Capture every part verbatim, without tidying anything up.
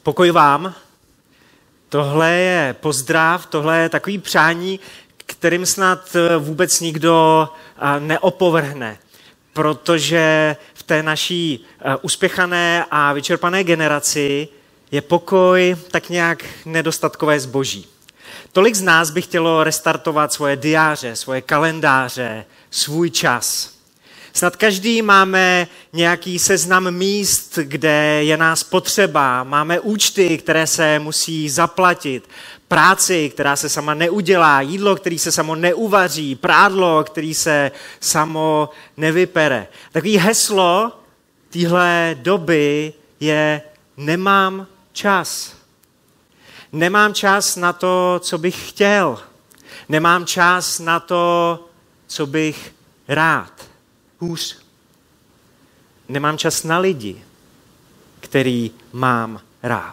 Pokoj vám. Tohle je pozdrav, tohle je takový přání, kterým snad vůbec nikdo neopovrhne, protože v té naší uspěchané a vyčerpané generaci je pokoj tak nějak nedostatkové zboží. Tolik z nás by chtělo restartovat svoje diáře, svoje kalendáře, svůj čas. Snad každý máme nějaký seznam míst, kde je nás potřeba, máme účty, které se musí zaplatit, práci, která se sama neudělá, jídlo, který se samo neuvaří, prádlo, který se samo nevypere. Takový heslo téhle doby je nemám čas. Nemám čas na to, co bych chtěl. Nemám čas na to, co bych rád. Hůř. Nemám čas na lidi, který mám rád.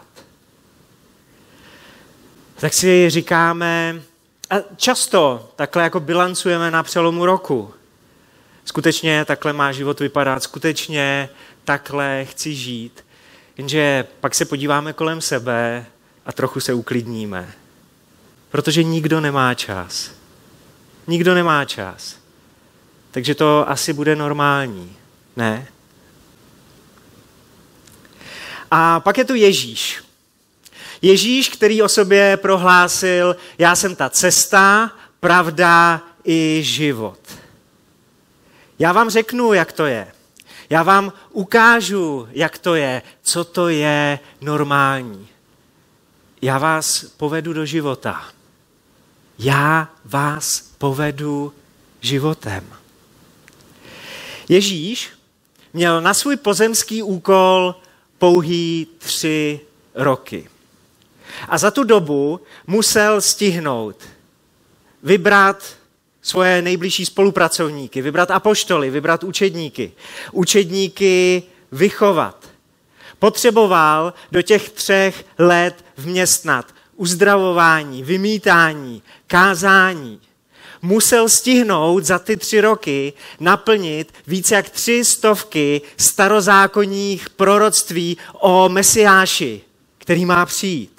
Tak si říkáme, a často takhle jako bilancujeme na přelomu roku. Skutečně takhle má život vypadat, skutečně takhle chci žít. Jenže pak se podíváme kolem sebe a trochu se uklidníme. Protože nikdo nemá čas. Nikdo nemá čas. Takže to asi bude normální, ne? A pak je tu Ježíš. Ježíš, který o sobě prohlásil, já jsem ta cesta, pravda i život. Já vám řeknu, jak to je. Já vám ukážu, jak to je, co to je normální. Já vás povedu do života. Já vás povedu životem. Ježíš měl na svůj pozemský úkol pouhý tři roky. A za tu dobu musel stihnout vybrat svoje nejbližší spolupracovníky, vybrat apoštoly, vybrat učedníky, učedníky vychovat. Potřeboval do těch třech let vměstnat uzdravování, vymítání, kázání. Musel stihnout za ty tři roky naplnit více jak tři stovky starozákonních proroctví o Mesiáši, který má přijít.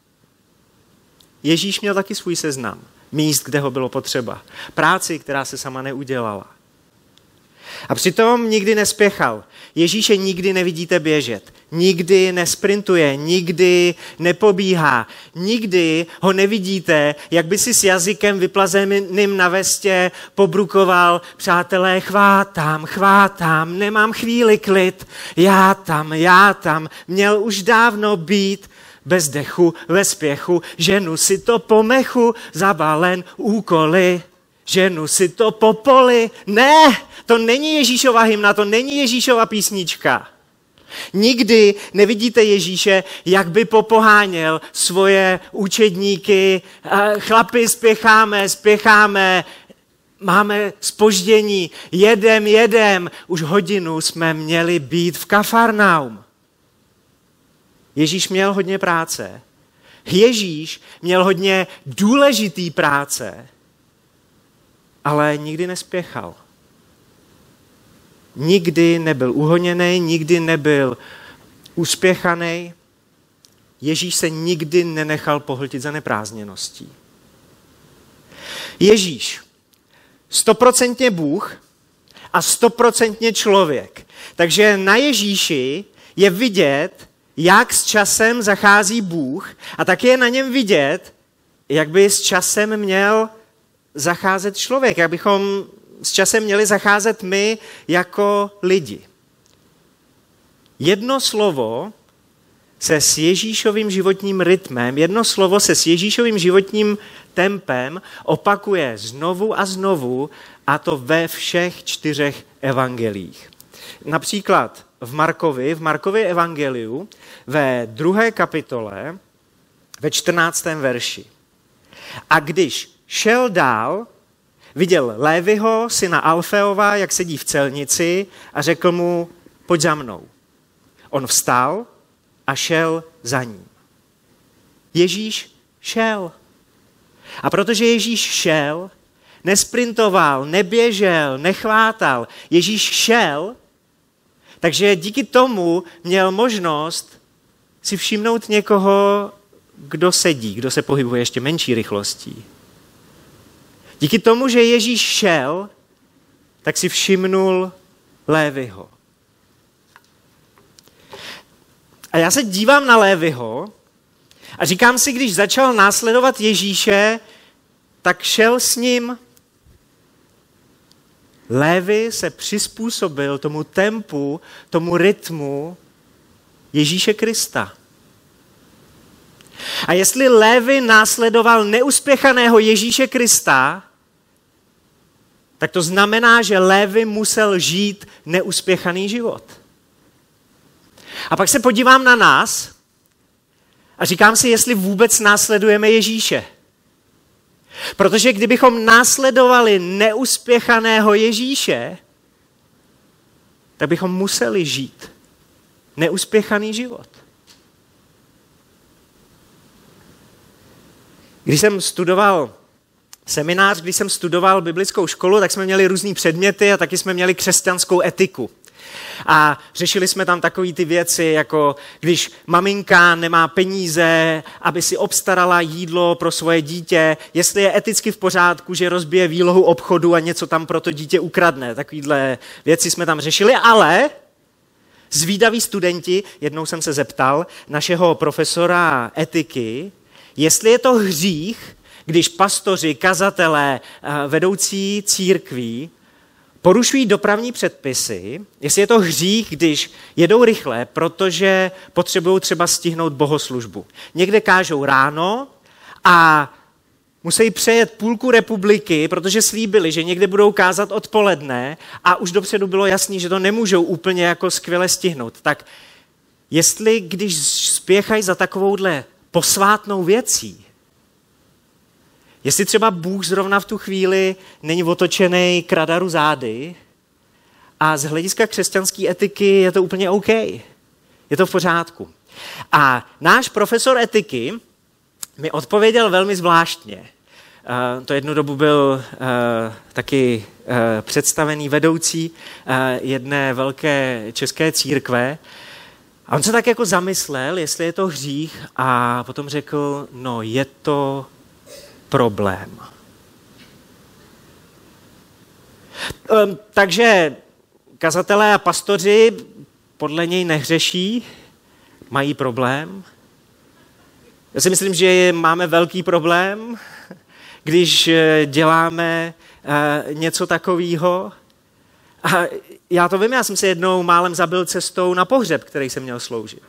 Ježíš měl taky svůj seznam míst, kde ho bylo potřeba. Práci, která se sama neudělala. A přitom nikdy nespěchal. Ježíše nikdy nevidíte běžet. Nikdy nesprintuje, nikdy nepobíhá. Nikdy ho nevidíte, jak by si s jazykem vyplazeným na vestě pobrukoval: přátelé, chvátám, chvátám, nemám chvíli klid, já tam, já tam, měl už dávno být bez dechu, ve spěchu, ženu si to po mechu, zabalen úkoly, ženu si to po poli. Ne, to není Ježíšova hymna, to není Ježíšova písnička. Nikdy nevidíte Ježíše, jak by popoháněl svoje učedníky. Chlapi, spěcháme, spěcháme, máme zpoždění, jedem, jedem. Už hodinu jsme měli být v Kafarnaum. Ježíš měl hodně práce. Ježíš měl hodně důležitý práce, ale nikdy nespěchal. Nikdy nebyl uhoněný, nikdy nebyl uspěchaný. Ježíš se nikdy nenechal pohltit za neprázdněností. Ježíš, stoprocentně Bůh a stoprocentně člověk. Takže na Ježíši je vidět, jak s časem zachází Bůh, a taky je na něm vidět, jak by s časem měl zacházet člověk, jak bychom s časem měli zacházet my jako lidi. Jedno slovo se s Ježíšovým životním rytmem, jedno slovo se s Ježíšovým životním tempem opakuje znovu a znovu, a to ve všech čtyřech evangelích. Například v Markovi, v Markově evangeliu ve druhé kapitole ve čtrnáctém verši. A když šel dál, viděl Léviho, syna Alfeova, jak sedí v celnici, a řekl mu: pojď za mnou. On vstal a šel za ním. Ježíš šel. A protože Ježíš šel, nesprintoval, neběžel, nechvátal, Ježíš šel, takže díky tomu měl možnost si všimnout někoho, kdo sedí, kdo se pohybuje ještě menší rychlostí. Díky tomu, že Ježíš šel, tak si všimnul Léviho. A já se dívám na Léviho a říkám si, když začal následovat Ježíše, tak šel s ním. Lévi se přizpůsobil tomu tempu, tomu rytmu Ježíše Krista. A jestli Lévi následoval neuspěchaného Ježíše Krista, tak to znamená, že Lévi musel žít neuspěchaný život. A pak se podívám na nás a říkám si, jestli vůbec následujeme Ježíše. Protože kdybychom následovali neuspěchaného Ježíše, tak bychom museli žít neuspěchaný život. Když jsem studoval seminář, když jsem studoval biblickou školu, tak jsme měli různý předměty a taky jsme měli křesťanskou etiku. A řešili jsme tam takové ty věci, jako když maminka nemá peníze, aby si obstarala jídlo pro svoje dítě, jestli je eticky v pořádku, že rozbije výlohu obchodu a něco tam pro to dítě ukradne. Takovýhle věci jsme tam řešili, ale zvídaví studenti, jednou jsem se zeptal našeho profesora etiky, jestli je to hřích, když pastoři, kazatelé, vedoucí církví porušují dopravní předpisy, jestli je to hřích, když jedou rychle, protože potřebují třeba stihnout bohoslužbu. Někde kážou ráno a musí přejet půlku republiky, protože slíbili, že někde budou kázat odpoledne a už dopředu bylo jasný, že to nemůžou úplně jako skvěle stihnout. Tak jestli, když spěchají za takovouhle posvátnou věcí, jestli třeba Bůh zrovna v tu chvíli není otočený k radaru zády a z hlediska křesťanské etiky je to úplně OK. Je to v pořádku. A náš profesor etiky mi odpověděl velmi zvláštně. Uh, to jednu dobu byl uh, taky uh, představený vedoucí uh, jedné velké české církve. A on se tak jako zamyslel, jestli je to hřích, a potom řekl, no je to problém. Um, takže kazatelé a pastoři podle něj nehřeší, mají problém. Já si myslím, že máme velký problém, když děláme uh, něco takového. A já to vím, já jsem se jednou málem zabil cestou na pohřeb, který jsem měl sloužit.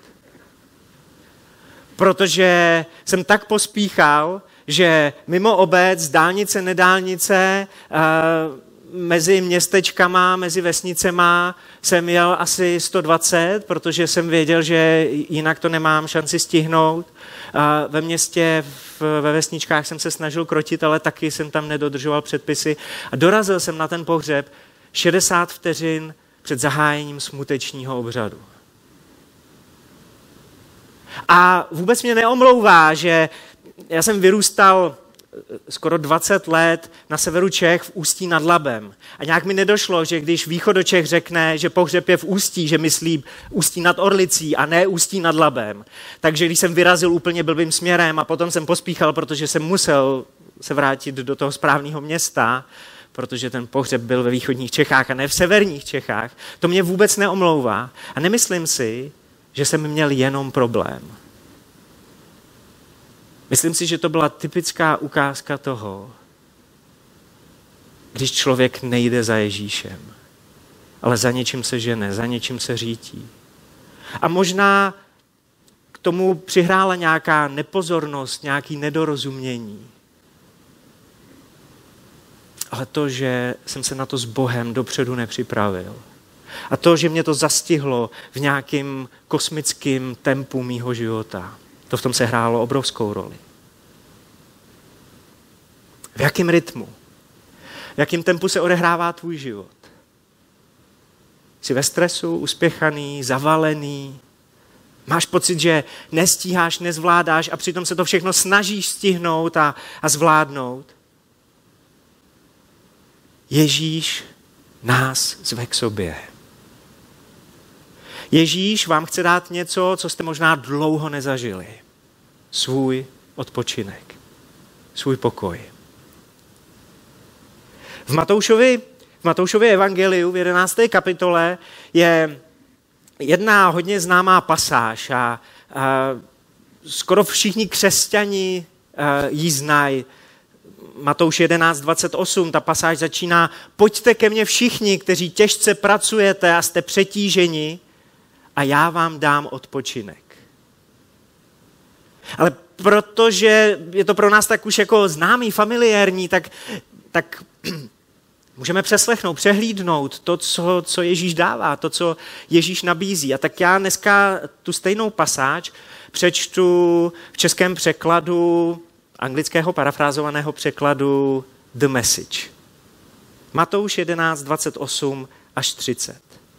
Protože jsem tak pospíchal, že mimo obec, dálnice, nedálnice, mezi městečkama, mezi vesnicema jsem jel asi sto dvacet, protože jsem věděl, že jinak to nemám šanci stihnout. Ve městě, ve vesničkách jsem se snažil krotit, ale taky jsem tam nedodržoval předpisy. A dorazil jsem na ten pohřeb šedesát vteřin před zahájením smutečního obřadu. A vůbec mě neomlouvá, že já jsem vyrůstal skoro dvacet let na severu Čech v Ústí nad Labem. A nějak mi nedošlo, že když východočech řekne, že pohřeb je v Ústí, že myslí Ústí nad Orlicí a ne Ústí nad Labem. Takže když jsem vyrazil úplně blbým směrem a potom jsem pospíchal, protože jsem musel se vrátit do toho správného města, protože ten pohřeb byl ve východních Čechách a ne v severních Čechách, to mě vůbec neomlouvá. A nemyslím si, že jsem měl jenom problém. Myslím si, že to byla typická ukázka toho, když člověk nejde za Ježíšem, ale za něčím se žene, za něčím se řítí. A možná k tomu přihrála nějaká nepozornost, nějaký nedorozumění. Ale to, že jsem se na to s Bohem dopředu nepřipravil. A to, že mě to zastihlo v nějakém kosmickém tempu mýho života. To v tom se hrálo obrovskou roli. V jakém rytmu? V jakém tempu se odehrává tvůj život? Jsi ve stresu, uspěchaný, zavalený? Máš pocit, že nestíháš, nezvládáš a přitom se to všechno snažíš stihnout a, a zvládnout? Ježíš nás zve k sobě. Ježíš vám chce dát něco, co jste možná dlouho nezažili. Svůj odpočinek, svůj pokoj. V Matoušovi, v Matoušově evangeliu v jedenácté kapitole je jedna hodně známá pasáž a, a skoro všichni křesťani ji znají. Matouš jedenáct dvacet osm, ta pasáž začíná: pojďte ke mně všichni, kteří těžce pracujete a jste přetíženi, a já vám dám odpočinek. Ale protože je to pro nás tak už jako známý, familiární, tak, tak můžeme přeslechnout, přehlídnout to, co, co Ježíš dává, to, co Ježíš nabízí. A tak já dneska tu stejnou pasáž přečtu v českém překladu, anglického parafrázovaného překladu The Message. Matouš jedenáct dvacet osm až třicet.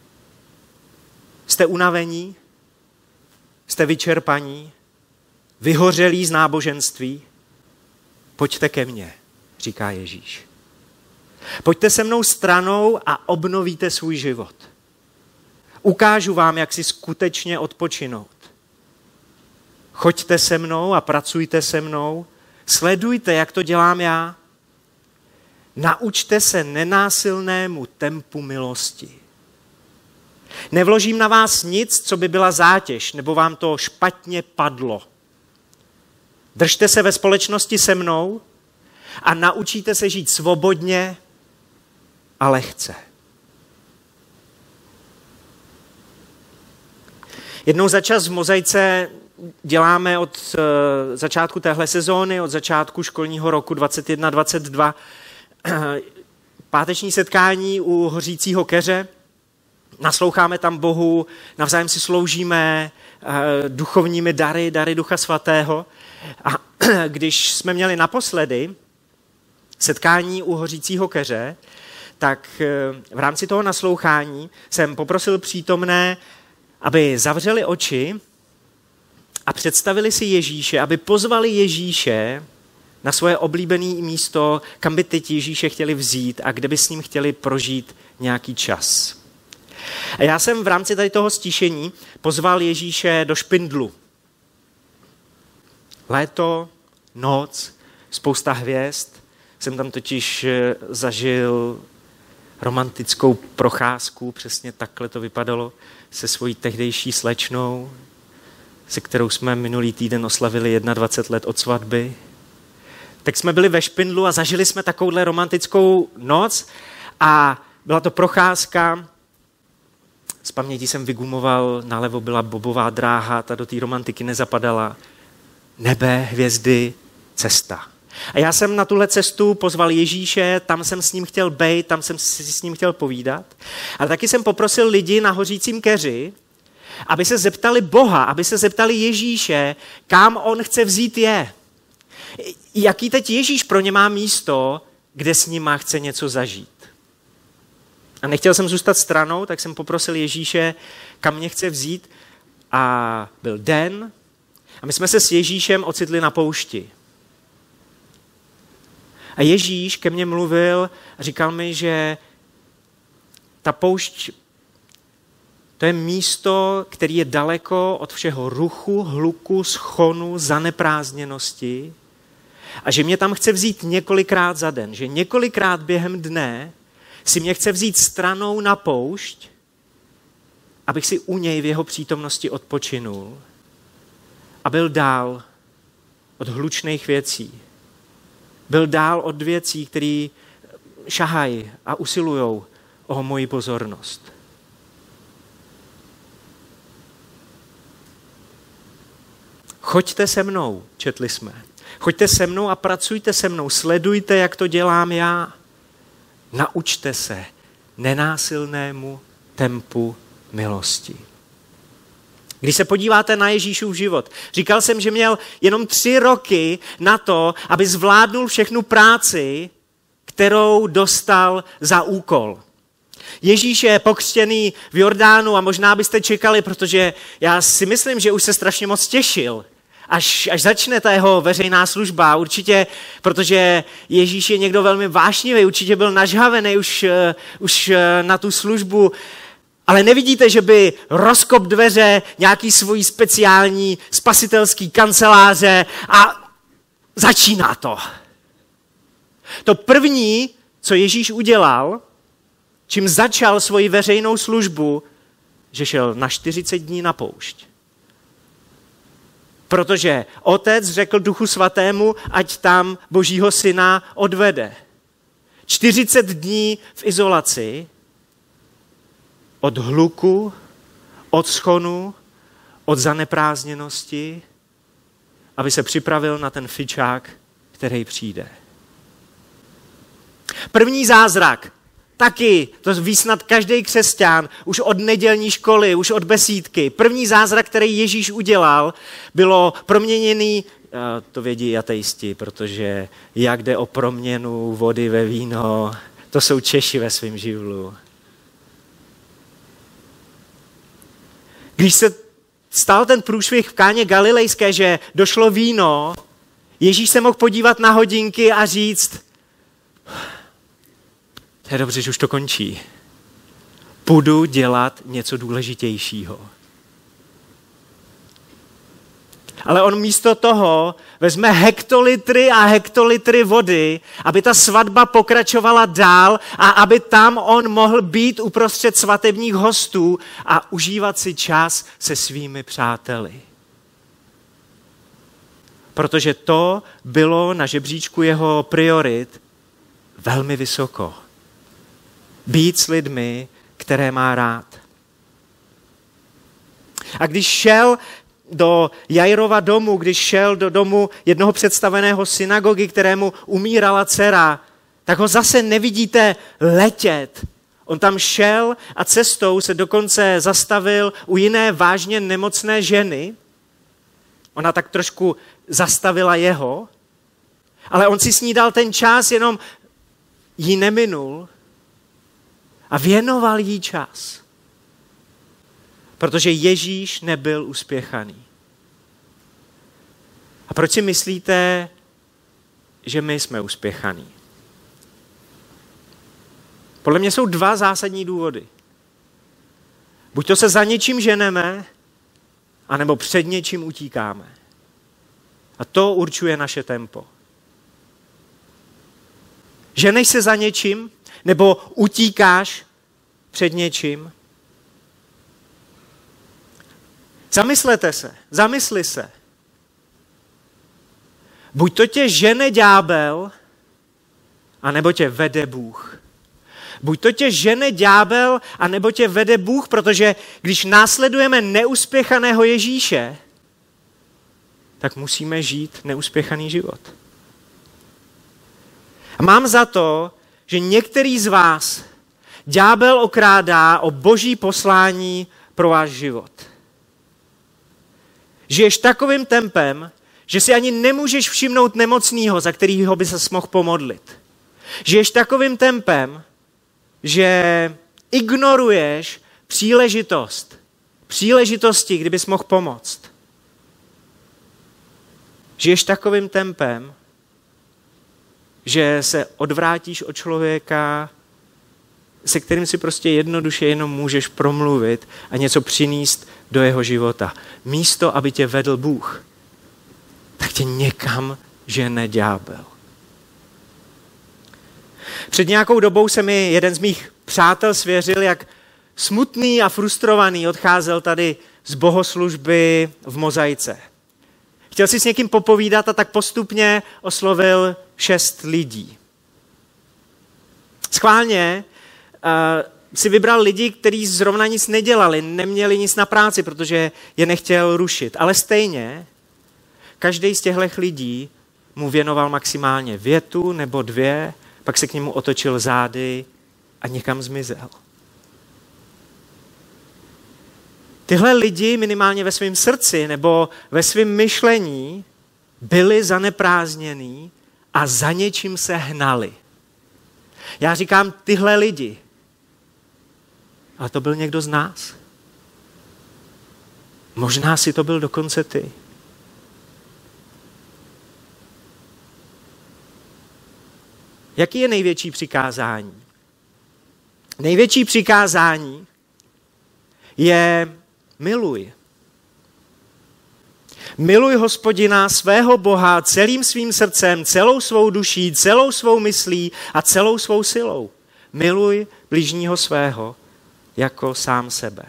Jste unavení? Jste vyčerpaní? Vyhořelí z náboženství? Pojďte ke mně, říká Ježíš. Pojďte se mnou stranou a obnovíte svůj život. Ukážu vám, jak si skutečně odpočinout. Choďte se mnou a pracujte se mnou. Sledujte, jak to dělám já. Naučte se nenásilnému tempu milosti. Nevložím na vás nic, co by byla zátěž, nebo vám to špatně padlo. Držte se ve společnosti se mnou a naučíte se žít svobodně a lehce. Jednou za čas v Mozaice děláme od začátku téhle sezóny, od začátku školního roku dvacet jedna dvacet dva, páteční setkání u Hořícího keře. Nasloucháme tam Bohu, navzájem si sloužíme duchovními dary, dary Ducha Svatého. A když jsme měli naposledy setkání u Hořícího keře, tak v rámci toho naslouchání jsem poprosil přítomné, aby zavřeli oči a představili si Ježíše, aby pozvali Ježíše na svoje oblíbené místo, kam by teď Ježíše chtěli vzít a kde by s ním chtěli prožít nějaký čas. A já jsem v rámci tady toho stišení pozval Ježíše do Špindlu. Léto, noc, spousta hvězd. Jsem tam totiž zažil romantickou procházku, přesně takhle to vypadalo, se svojí tehdejší slečnou, se kterou jsme minulý týden oslavili dvacet jedna let od svatby. Tak jsme byli ve Špindlu a zažili jsme takovouhle romantickou noc a byla to procházka. Z paměti jsem vygumoval, nalevo byla bobová dráha, ta do té romantiky nezapadala. Nebe, hvězdy, cesta. A já jsem na tuhle cestu pozval Ježíše, tam jsem s ním chtěl bejt, tam jsem si s ním chtěl povídat. Ale taky jsem poprosil lidi na Hořícím keři, aby se zeptali Boha, aby se zeptali Ježíše, kam on chce vzít je. Jaký teď Ježíš pro ně má místo, kde s nima chce něco zažít. A nechtěl jsem zůstat stranou, tak jsem poprosil Ježíše, kam mě chce vzít. A byl den a my jsme se s Ježíšem ocitli na poušti. A Ježíš ke mně mluvil a říkal mi, že ta poušť, to je místo, který je daleko od všeho ruchu, hluku, schonu, zaneprázdněnosti a že mě tam chce vzít několikrát za den, že několikrát během dne si mě chce vzít stranou na poušť, abych si u něj v jeho přítomnosti odpočinul a byl dál od hlučných věcí. Byl dál od věcí, které šahají a usilujou o moji pozornost. Choďte se mnou, četli jsme. Choďte se mnou a pracujte se mnou. Sledujte, jak to dělám já. Naučte se nenásilnému tempu milosti. Když se podíváte na Ježíšův život, říkal jsem, že měl jenom tři roky na to, aby zvládnul všechnu práci, kterou dostal za úkol. Ježíš je pokřtěný v Jordánu a možná byste čekali, protože já si myslím, že už se strašně moc těšil, až, až začne ta jeho veřejná služba. Určitě, protože Ježíš je někdo velmi vášnivý, určitě byl nažhavený už, už na tu službu. Ale nevidíte, že by rozkop dveře nějaký svůj speciální spasitelský kanceláře a začíná to. To první, co Ježíš udělal, čím začal svoji veřejnou službu, že šel na čtyřicet dní na poušť. Protože otec řekl Duchu Svatému, ať tam Božího syna odvede. čtyřicet dní v izolaci od hluku, od schonu, od zaneprázdněnosti, aby se připravil na ten fičák, který přijde. První zázrak, taky, to ví snad každý křesťan, už od nedělní školy, už od besídky. První zázrak, který Ježíš udělal, bylo proměněný, to vědí ateisti, protože jak jde o proměnu vody ve víno, to jsou Češi ve svém živlu. Když se stal ten průšvih v Káně Galilejské, že došlo víno, Ježíš se mohl podívat na hodinky a říct, to je dobře, že už to končí. Půjdu dělat něco důležitějšího. Ale on místo toho vezme hektolitry a hektolitry vody, aby ta svatba pokračovala dál a aby tam on mohl být uprostřed svatebních hostů a užívat si čas se svými přáteli. Protože to bylo na žebříčku jeho priorit velmi vysoko. Být s lidmi, které má rád. A když šel do Jairova domu, když šel do domu jednoho představeného synagogy, kterému umírala dcera, tak ho zase nevidíte letět. On tam šel a cestou se dokonce zastavil u jiné vážně nemocné ženy. Ona tak trošku zastavila jeho, ale on si s ní dal ten čas, jenom jí neminul a věnoval jí čas. Protože Ježíš nebyl uspěchaný. A proč si myslíte, že my jsme uspěchaní? Podle mě jsou dva zásadní důvody. Buď to se za něčím ženeme, anebo před něčím utíkáme. A to určuje naše tempo. Ženeš se za něčím, nebo utíkáš před něčím? Zamyslete se, zamysli se. Buď to tě žene ďábel, anebo tě vede Bůh. Buď to tě žene ďábel, anebo tě vede Bůh, protože když následujeme neuspěchaného Ježíše, tak musíme žít neuspěchaný život. A mám za to, že některý z vás ďábel okrádá o boží poslání pro váš život. Žiješ takovým tempem, že si ani nemůžeš všimnout nemocného, za kterýho by ses mohl pomodlit. Žiješ takovým tempem, že ignoruješ příležitost, příležitosti, kdybys mohl pomoct. Žiješ takovým tempem, že se odvrátíš od člověka, se kterým si prostě jednoduše jenom můžeš promluvit a něco přinést do jeho života. Místo, aby tě vedl Bůh, tak tě někam žene ďábel. Před nějakou dobou se mi jeden z mých přátel svěřil, jak smutný a frustrovaný odcházel tady z bohoslužby v Mozaice. Chtěl si s někým popovídat a tak postupně oslovil šest lidí. Schválně uh, si vybral lidi, kteří zrovna nic nedělali, neměli nic na práci, protože je nechtěl rušit. Ale stejně každý z těchto lidí mu věnoval maximálně větu nebo dvě, pak se k němu otočil zády a někam zmizel. Tyhle lidi minimálně ve svém srdci nebo ve svém myšlení byli zaneprázdnění a za něčím se hnali. Já říkám tyhle lidi, ale to byl někdo z nás. Možná si to byl dokonce ty. Jaký je největší přikázání? Největší přikázání je miluj. Miluj Hospodina, svého Boha, celým svým srdcem, celou svou duší, celou svou myslí a celou svou silou. Miluj bližního svého jako sám sebe.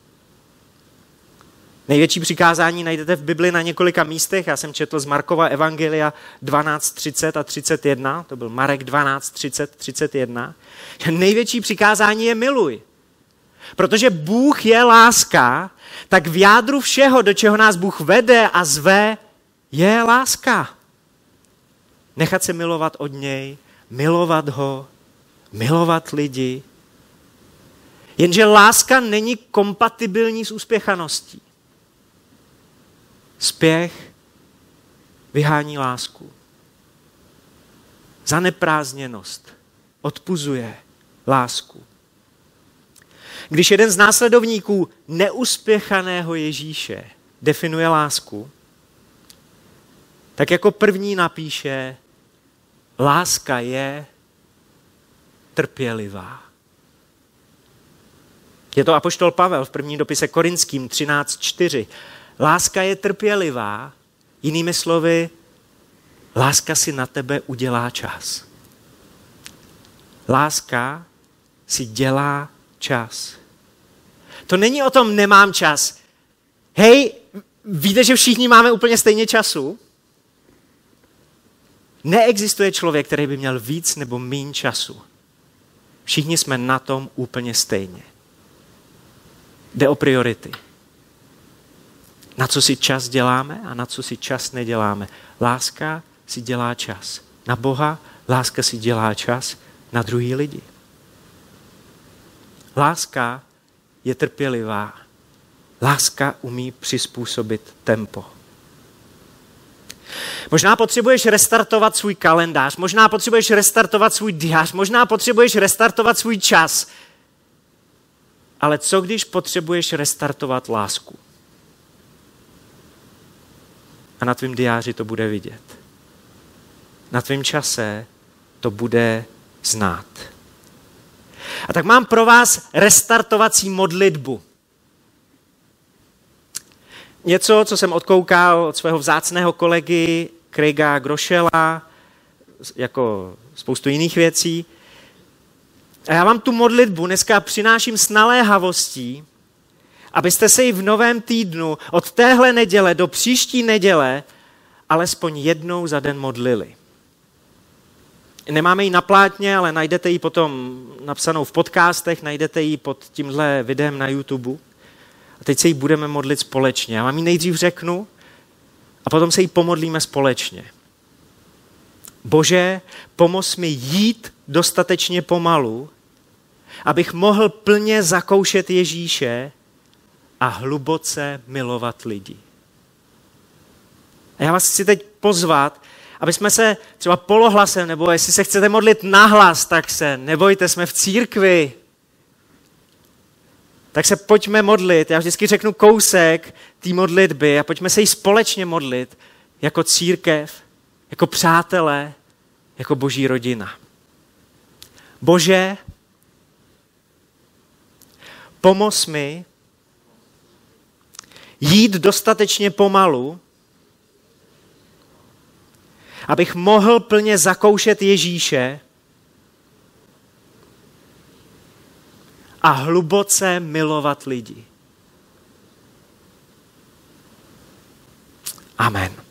Největší přikázání najdete v Bibli na několika místech. Já jsem četl z Markova Evangelia dvanáct třicet a třicet jedna. To byl Marek dvanáct třicet, třicet jedna. Největší přikázání je miluj. Protože Bůh je láska, tak v jádru všeho, do čeho nás Bůh vede a zve, je láska. Nechat se milovat od něj, milovat ho, milovat lidi. Jenže láska není kompatibilní s uspěchaností. Spěch vyhání lásku. Zaneprázdněnost odpuzuje lásku. Když jeden z následovníků neuspěchaného Ježíše definuje lásku, tak jako první napíše, láska je trpělivá. Je to apoštol Pavel v prvním dopise Korinským třináct čtyři. Láska je trpělivá, jinými slovy, láska si na tebe udělá čas. Láska si dělá čas. To není o tom, nemám čas. Hej, víte, že všichni máme úplně stejně času? Neexistuje člověk, který by měl víc nebo míň času. Všichni jsme na tom úplně stejně. Jde o priority. Na co si čas děláme a na co si čas neděláme. Láska si dělá čas. Na Boha láska si dělá čas na druhý lidi. Láska je trpělivá. Láska umí přizpůsobit tempo. Možná potřebuješ restartovat svůj kalendář, možná potřebuješ restartovat svůj diář, možná potřebuješ restartovat svůj čas. Ale co když potřebuješ restartovat lásku? A na tvém diáři to bude vidět. Na tvém čase to bude znát. A tak mám pro vás restartovací modlitbu. Něco, co jsem odkoukal od svého vzácného kolegy Craiga Groeschela, jako spoustu jiných věcí. A já vám tu modlitbu dneska přináším s naléhavostí, abyste se ji v novém týdnu od téhle neděle do příští neděle alespoň jednou za den modlili. Nemáme ji na plátně, ale najdete ji potom napsanou v podcastech, najdete ji pod tímhle videem na YouTube. A teď se jí budeme modlit společně. Já vám ji nejdřív řeknu a potom se jí pomodlíme společně. Bože, pomoz mi jít dostatečně pomalu, abych mohl plně zakoušet Ježíše a hluboce milovat lidi. A já vás chci teď pozvat, aby jsme se třeba polohlasem, nebo jestli se chcete modlit nahlas, tak se nebojte, jsme v církvi. Tak se pojďme modlit. Já vždycky řeknu kousek té modlitby a pojďme se jí společně modlit jako církev, jako přátelé, jako boží rodina. Bože, pomoz mi jít dostatečně pomalu, abych mohl plně zakoušet Ježíše a hluboce milovat lidi. Amen.